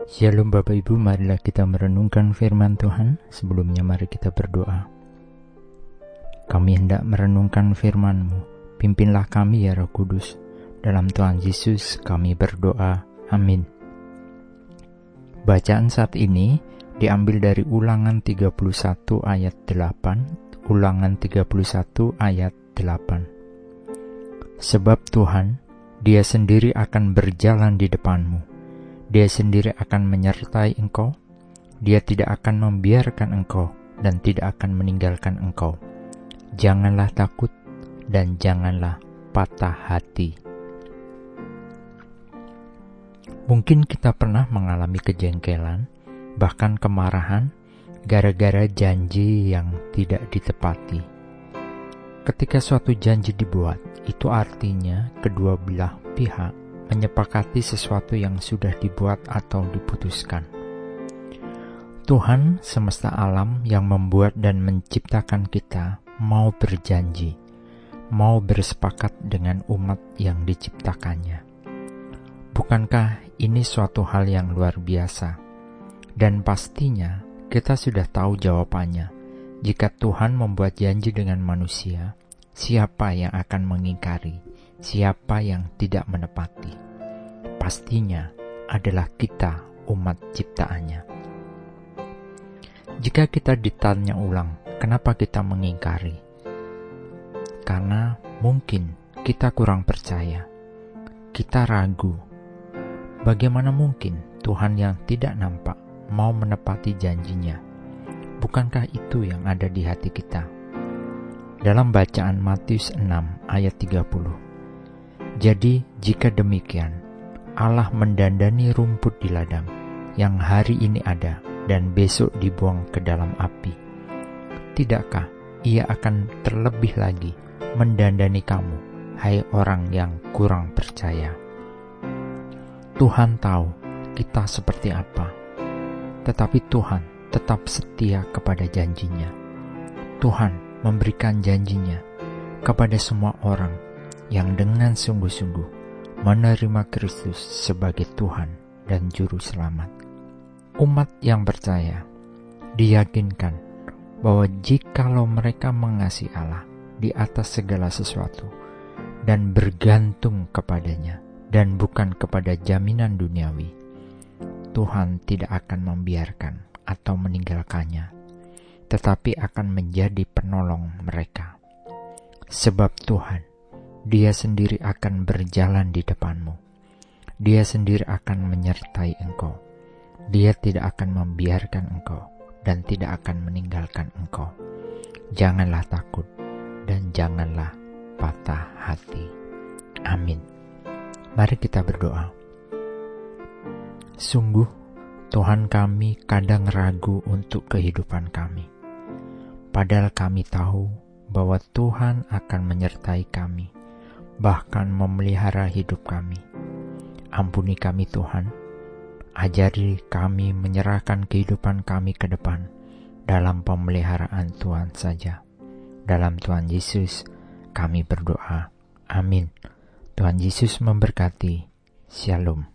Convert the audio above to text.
Shalom Bapak Ibu, marilah kita merenungkan firman Tuhan. Sebelumnya mari kita berdoa. Kami hendak merenungkan firman-Mu. Pimpinlah kami ya Roh Kudus. Dalam Tuhan Yesus kami berdoa. Amin. Bacaan saat ini diambil dari Ulangan 31 ayat 8. Ulangan 31 ayat 8. Sebab Tuhan, Dia sendiri akan berjalan di depan-Mu. Dia sendiri akan menyertai engkau. Dia tidak akan membiarkan engkau dan tidak akan meninggalkan engkau. Janganlah takut dan janganlah patah hati. Mungkin kita pernah mengalami kejengkelan, bahkan kemarahan, gara-gara janji yang tidak ditepati. Ketika suatu janji dibuat, itu artinya kedua belah pihak menyepakati sesuatu yang sudah dibuat atau diputuskan. Tuhan semesta alam yang membuat dan menciptakan kita mau berjanji, mau bersepakat dengan umat yang diciptakannya. Bukankah ini suatu hal yang luar biasa? Dan pastinya kita sudah tahu jawabannya. Jika Tuhan membuat janji dengan manusia, siapa yang akan mengingkari? Siapa yang tidak menepati? Pastinya adalah kita, umat ciptaannya. Jika kita ditanya ulang, kenapa kita mengingkari? Karena mungkin kita kurang percaya, kita ragu. Bagaimana mungkin Tuhan yang tidak nampak mau menepati janjinya? Bukankah itu yang ada di hati kita? Dalam bacaan Matius 6 ayat 30. Jadi jika demikian, Allah mendandani rumput di ladang yang hari ini ada dan besok dibuang ke dalam api. Tidakkah Ia akan terlebih lagi mendandani kamu, hai orang yang kurang percaya? Tuhan tahu kita seperti apa, tetapi Tuhan tetap setia kepada janjinya. Tuhan memberikan janjinya kepada semua orang yang dengan sungguh-sungguh menerima Kristus sebagai Tuhan dan Juru Selamat. Umat yang percaya diyakinkan bahwa jikalau mereka mengasihi Allah di atas segala sesuatu dan bergantung kepadanya dan bukan kepada jaminan duniawi, Tuhan tidak akan membiarkan atau meninggalkannya, tetapi akan menjadi penolong mereka. Sebab Tuhan, Dia sendiri akan berjalan di depanmu. Dia sendiri akan menyertai engkau. Dia tidak akan membiarkan engkau dan tidak akan meninggalkan engkau. Janganlah takut dan janganlah patah hati. Amin. Mari kita berdoa. Sungguh, Tuhan kami kadang ragu untuk kehidupan kami. Padahal kami tahu bahwa Tuhan akan menyertai kami, bahkan memelihara hidup kami. Ampuni kami Tuhan, ajari kami menyerahkan kehidupan kami ke depan dalam pemeliharaan Tuhan saja. Dalam Tuhan Yesus kami berdoa. Amin. Tuhan Yesus memberkati. Shalom.